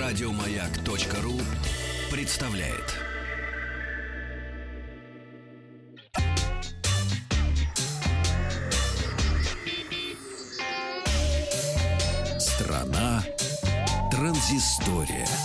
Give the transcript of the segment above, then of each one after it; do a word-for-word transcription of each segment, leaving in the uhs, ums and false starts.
Радиомаяк.ру представляет. Страна транзистория.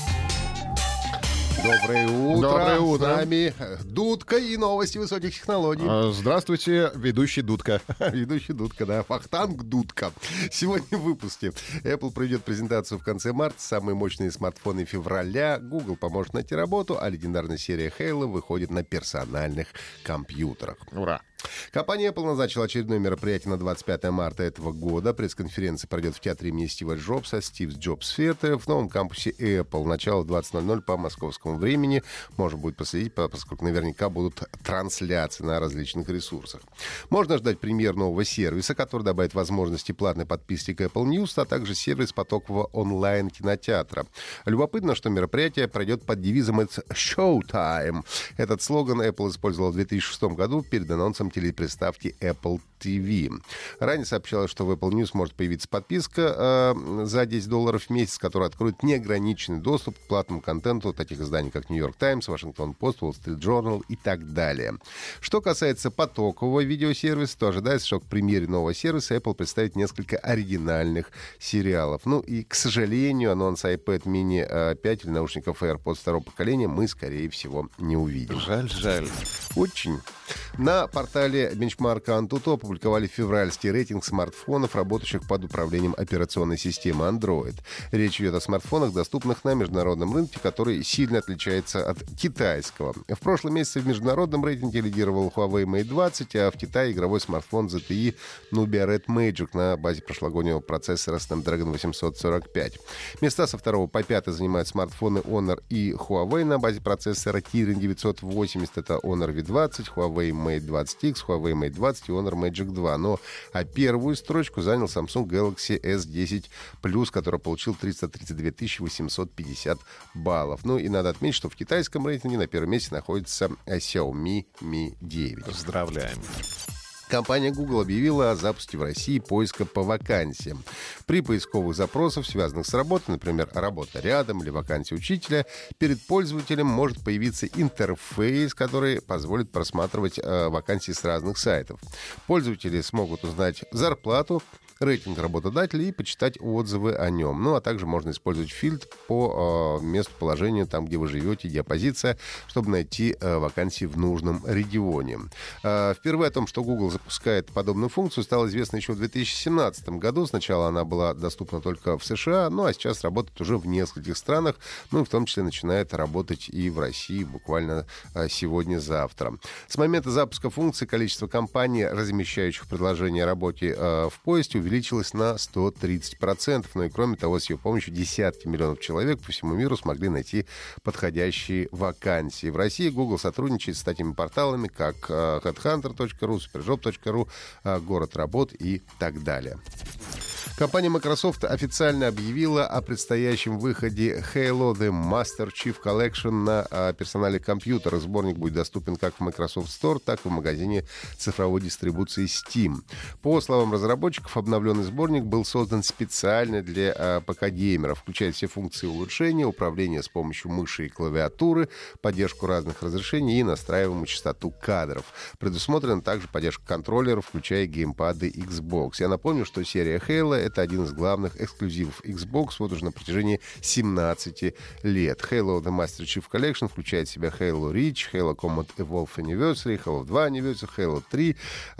Доброе утро. Доброе утро. С нами Дудка и новости высоких технологий. Здравствуйте, ведущий Дудка. Ведущий Дудка, да. Вахтанг Дудка. Сегодня в выпуске. Apple проведет презентацию в конце марта. Самые мощные смартфоны февраля. Google поможет найти работу, а легендарная серия Halo выходит на персональных компьютерах. Ура. Компания Apple назначила очередное мероприятие на двадцать пятое марта этого года. Пресс-конференция пройдет в театре имени Стива Джобса, Стив Джобс Theater в новом кампусе Apple. Начало в двадцать ноль ноль по московскому времени. Можно будет последить, поскольку наверняка будут трансляции на различных ресурсах. Можно ждать премьер нового сервиса, который добавит возможности платной подписки к Apple News, а также сервис потокового онлайн-кинотеатра. Любопытно, что мероприятие пройдет под девизом «It's Showtime». Этот слоган Apple использовал в две тысячи шестом году перед анонсом телеприставки Apple ти ви. Ранее сообщалось, что в Apple News может появиться подписка э, за десять долларов в месяц, которая откроет неограниченный доступ к платному контенту таких изданий, как New York Times, Washington Post, Wall Street Journal и так далее. Что касается потокового видеосервиса, то ожидается, что к премьере нового сервиса Apple представит несколько оригинальных сериалов. Ну и, к сожалению, анонс iPad mini пять или наушников AirPods второго поколения мы, скорее всего, не увидим. Жаль, жаль. Очень. На портале бенчмарка Antutu опубликовали февральский рейтинг смартфонов, работающих под управлением операционной системы Android. Речь идет о смартфонах, доступных на международном рынке, который сильно отличается от китайского. В прошлом месяце в международном рейтинге лидировал Huawei Mate двадцать, а в Китае игровой смартфон зет ти и Nubia Red Magic на базе прошлогоднего процессора Snapdragon восемьсот сорок пять. Места со второго по пятый занимают смартфоны Honor и Huawei на базе процессора Kirin девятьсот восемьдесят. Это Honor ви двадцать, Huawei Mate двадцать икс, Huawei Mate двадцать и Honor Magic два. Но а первую строчку занял Samsung Galaxy эс десять плюс, который получил триста тридцать две тысячи восемьсот пятьдесят баллов. Ну и надо отметить, что в китайском рейтинге на первом месте находится Xiaomi Mi девять. Поздравляем. Компания Google объявила о запуске в России поиска по вакансиям. При поисковых запросах, связанных с работой, например, работа рядом или вакансия учителя, перед пользователем может появиться интерфейс, который позволит просматривать э, вакансии с разных сайтов. Пользователи смогут узнать зарплату, рейтинг работодателя и почитать отзывы о нем. Ну, а также можно использовать фильтр по э, местоположению, там, где вы живете, геопозиция, чтобы найти э, вакансии в нужном регионе. Э, впервые о том, что Google запускает подобную функцию, стало известно еще в две тысячи семнадцатом году. Сначала она была доступна только в США, ну, а сейчас работает уже в нескольких странах, ну, в том числе начинает работать и в России буквально э, сегодня-завтра. С момента запуска функции количество компаний, размещающих предложения о работе э, в поиске, увеличилось увеличилась на сто тридцать процентов. Ну и кроме того, с ее помощью десятки миллионов человек по всему миру смогли найти подходящие вакансии. В России Google сотрудничает с такими порталами, как headhunter точка ру, superjob точка ру, Город работ и так далее. Компания Microsoft официально объявила о предстоящем выходе Halo The Master Chief Collection на а, персональных компьютерах. Сборник будет доступен как в Microsoft Store, так и в магазине цифровой дистрибуции Steam. По словам разработчиков, обновленный сборник был создан специально для а, ПК-геймеров, включая все функции улучшения, управления с помощью мыши и клавиатуры, поддержку разных разрешений и настраиваемую частоту кадров. Предусмотрена также поддержка контроллеров, включая геймпады Xbox. Я напомню, что серия Halo — это один из главных эксклюзивов Xbox вот уже на протяжении семнадцати лет. Halo The Master Chief Collection включает в себя Halo Reach, Halo Combat Evolved Anniversary, Halo два Anniversary, Halo три,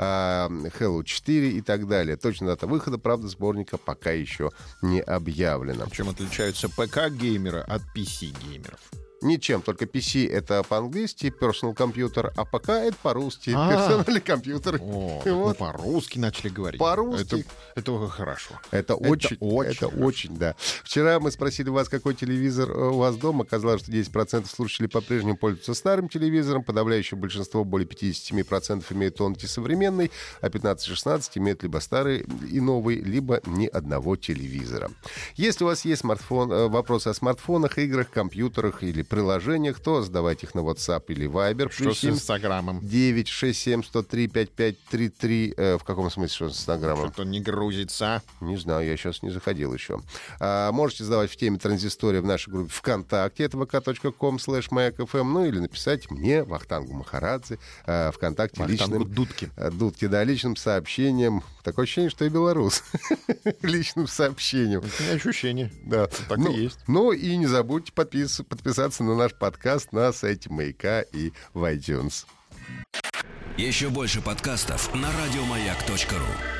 Halo четыре и так далее. Точная дата выхода, правда, сборника пока еще не объявлена. Чем отличаются ПК-геймеры от пи си-геймеров? Ничем, только пи си — это по-английски, personal computer, а ПК — это по-русски, А. персональный компьютер. О, Вот. мы по-русски начали говорить. По-русски. Это, это хорошо. Это очень, очень это хорошо. очень, да. Вчера мы спросили вас, какой телевизор у вас дома. Оказалось, что десять процентов слушателей по-прежнему пользуются старым телевизором, подавляющее большинство, более пятьдесят семь процентов, имеют тонкий современный, а пятнадцать-шестнадцать имеют либо старый и новый, либо ни одного телевизора. Если у вас есть смартфон, вопросы о смартфонах, играх, компьютерах или приложениях, то задавайте их на WhatsApp или Viber. Что с Инстаграмом? девять шесть семь сто три пять пять три три. Э, в каком смысле, что с Инстаграмом? Что-то не грузится. Не знаю, я сейчас не заходил еще. А, можете задавать в теме транзистория в нашей группе ВКонтакте, это vk.com slash mayak.fm, ну или написать мне, Вахтангу Махарадзе, а, ВКонтакте Вахтангу личным... Дудки. а, Дудки, да, личным сообщением. Такое ощущение, что я белорус. Личным сообщением. Это не ощущение. Да. Так ну, и есть. Ну и не забудьте подпис- подписаться на наш подкаст на сайте Маяка и в iTunes. Еще больше подкастов на радиомаяк точка ру.